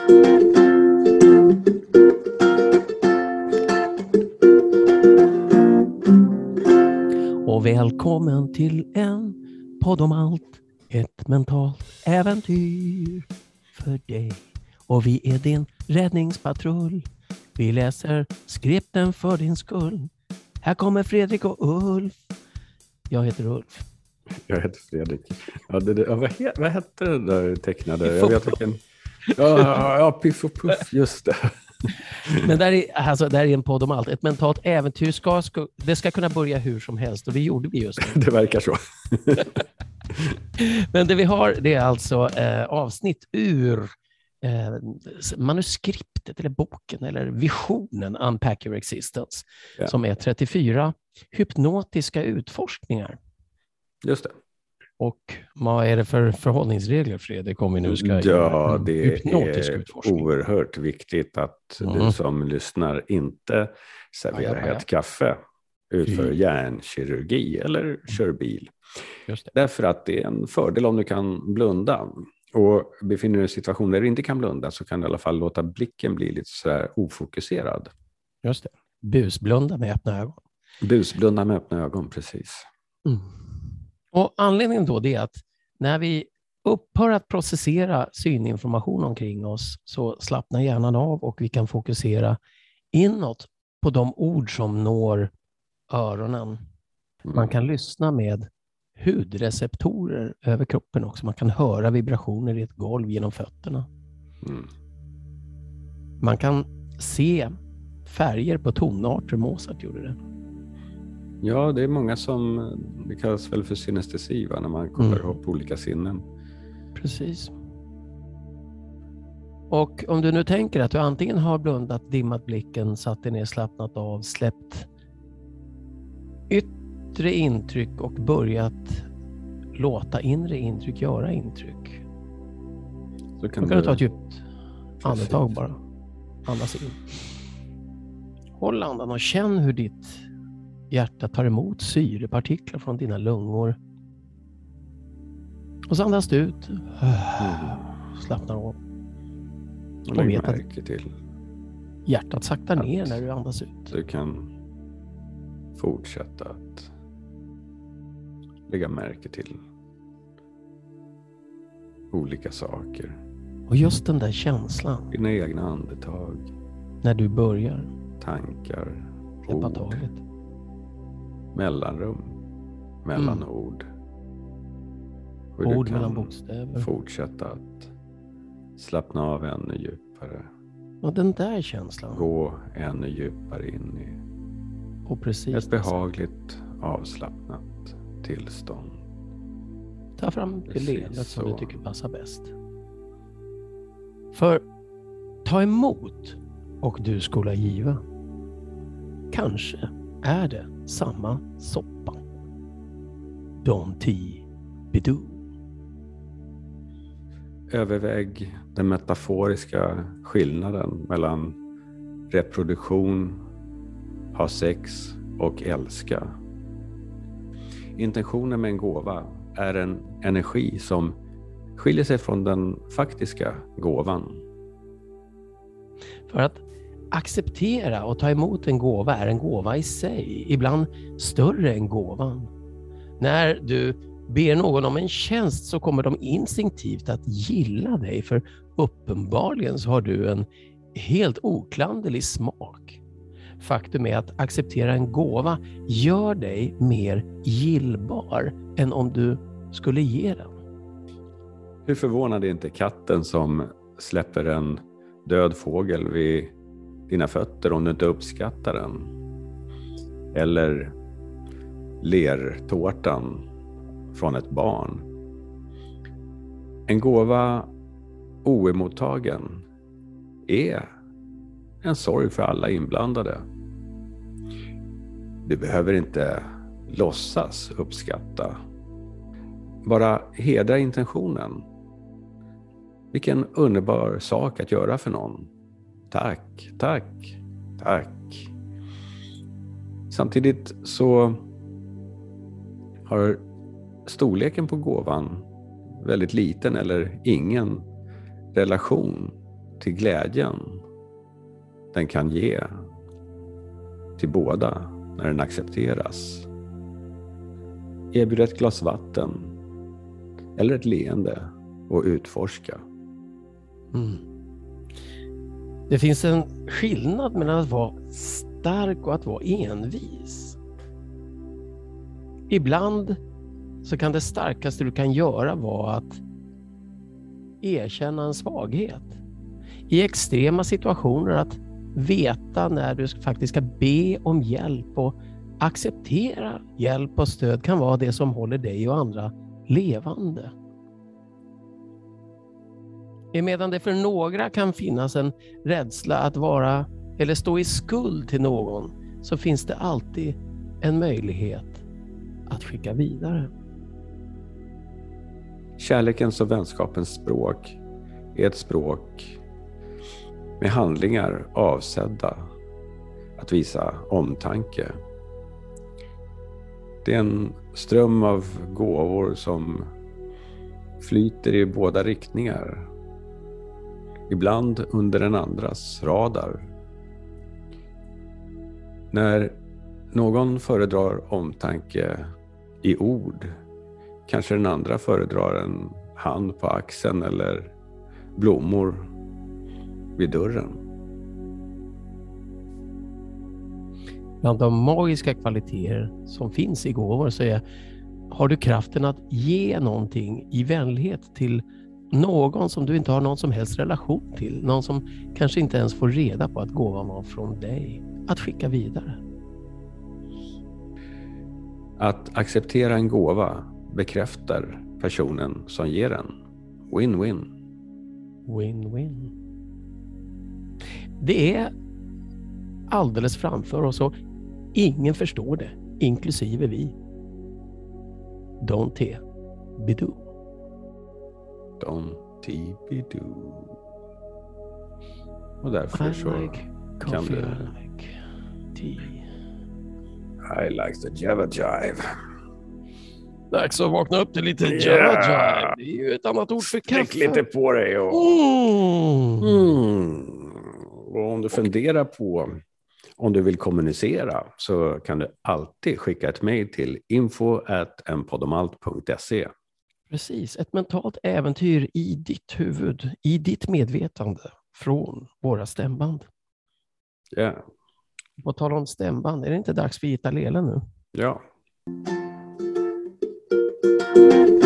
Och välkommen till en podd om allt, ett mentalt äventyr för dig. Och vi är din räddningspatrull. Vi läser skripten för din skull. Här kommer Fredrik och Ulf. Jag heter Ulf. Jag heter Fredrik. Ja, vad hette det där tecknade? Jag vet vilken. Ja, Piff och Puff, just det. Men där är en podd om allt. Ett mentalt äventyr det ska kunna börja hur som helst. Och det gjorde vi just nu. Det verkar så. Men det vi har, det är alltså avsnitt ur manuskriptet eller boken eller visionen Unpack Your Existence. Ja. Som är 34 hypnotiska utforskningar. Just det. Och vad är det för förhållningsregler, Fredrik, om vi nu ska göra det är oerhört viktigt att du som lyssnar inte serverar hett kaffe, utför hjärnkirurgi eller kör bil. Just det. Därför att det är en fördel om du kan blunda. Och befinner du dig i en situation där du inte kan blunda så kan du i alla fall låta blicken bli lite så här ofokuserad. Just det. Busblunda med öppna ögon. Busblunda med öppna ögon, precis. Mm. Och anledningen då är att när vi upphör att processera syninformation omkring oss så slappnar hjärnan av och vi kan fokusera inåt på de ord som når öronen. Man kan lyssna med hudreceptorer över kroppen också. Man kan höra vibrationer i ett golv genom fötterna. Man kan se färger på tonarter. Mozart gjorde det. Ja, det är många som, det kallas väl för synestesi, när man kopplar ihop olika sinnen. Precis. Och om du nu tänker att du antingen har blundat, dimmat blicken, satt dig ner, slappnat av, släppt yttre intryck och börjat låta inre intryck göra intryck. Så kan du ta ett djupt andetag bara. Andas in. Håll andan och känn hur ditt hjärta tar emot syrepartiklar från dina lungor. Och så andas du ut. Slappnar av. Och vet märke till. Hjärtat saktar ner när du andas ut. Du kan fortsätta att lägga märke till olika saker. Och just den där känslan. Dina egna andetag. När du börjar. Tankar. Släppa taget. Mellanrum. Mellan ord. Ord mellan bokstäver. Fortsätta att slappna av ännu djupare. Och den där känslan. Gå ännu djupare in i och precis ett behagligt avslappnat tillstånd. Ta fram det ledet som du tycker passar bäst. För ta emot och du skola giva. Kanske är det samma soppa. Don't be-do. Överväg den metaforiska skillnaden mellan reproduktion, ha sex och älska. Intentionen med en gåva är en energi som skiljer sig från den faktiska gåvan. För att acceptera och ta emot en gåva är en gåva i sig, ibland större än gåvan. När du ber någon om en tjänst så kommer de instinktivt att gilla dig, för uppenbarligen så har du en helt oklanderlig smak. Faktum är att acceptera en gåva gör dig mer gillbar än om du skulle ge den. Hur förvånad är inte katten som släpper en död fågel vid dina fötter om du inte uppskattar den? Eller lertårtan från ett barn. En gåva oemottagen är en sorg för alla inblandade. Du behöver inte låtsas uppskatta. Bara hedra intentionen. Vilken underbar sak att göra för någon. Tack, tack, tack. Samtidigt så har storleken på gåvan väldigt liten eller ingen relation till glädjen den kan ge till båda när den accepteras. Erbjud ett glas vatten eller ett leende och utforska. Det finns en skillnad mellan att vara stark och att vara envis. Ibland så kan det starkaste du kan göra vara att erkänna en svaghet. I extrema situationer att veta när du faktiskt ska be om hjälp och acceptera hjälp och stöd kan vara det som håller dig och andra levande. Emedan det för några kan finnas en rädsla att vara eller stå i skuld till någon, så finns det alltid en möjlighet att skicka vidare. Kärlekens och vänskapens språk är ett språk med handlingar avsedda att visa omtanke. Det är en ström av gåvor som flyter i båda riktningar. Ibland under den andras radar. När någon föredrar omtanke i ord, kanske den andra föredrar en hand på axeln eller blommor vid dörren. Bland de magiska kvaliteter som finns i gåvor så har du kraften att ge någonting i vänlighet till någon som du inte har någon som helst relation till. Någon som kanske inte ens får reda på att gåvan var från dig. Att skicka vidare. Att acceptera en gåva bekräftar personen som ger den. Win-win. Win-win. Det är alldeles framför oss och ingen förstår det, inklusive vi. Don't be do. Don't be do. Och därför så kan du... like tea. I like the Java Jive. Dags att vakna upp till lite Java Jive. Det är ju ett annat ord för kaffe. Sträck lite på dig. Och... Och om du funderar på om du vill kommunicera så kan du alltid skicka ett mejl till info@enpodomalt.se. Precis, ett mentalt äventyr i ditt huvud, i ditt medvetande från våra stämband. Ja. På tal om stämband, är det inte dags för Gitta Lela nu? Ja.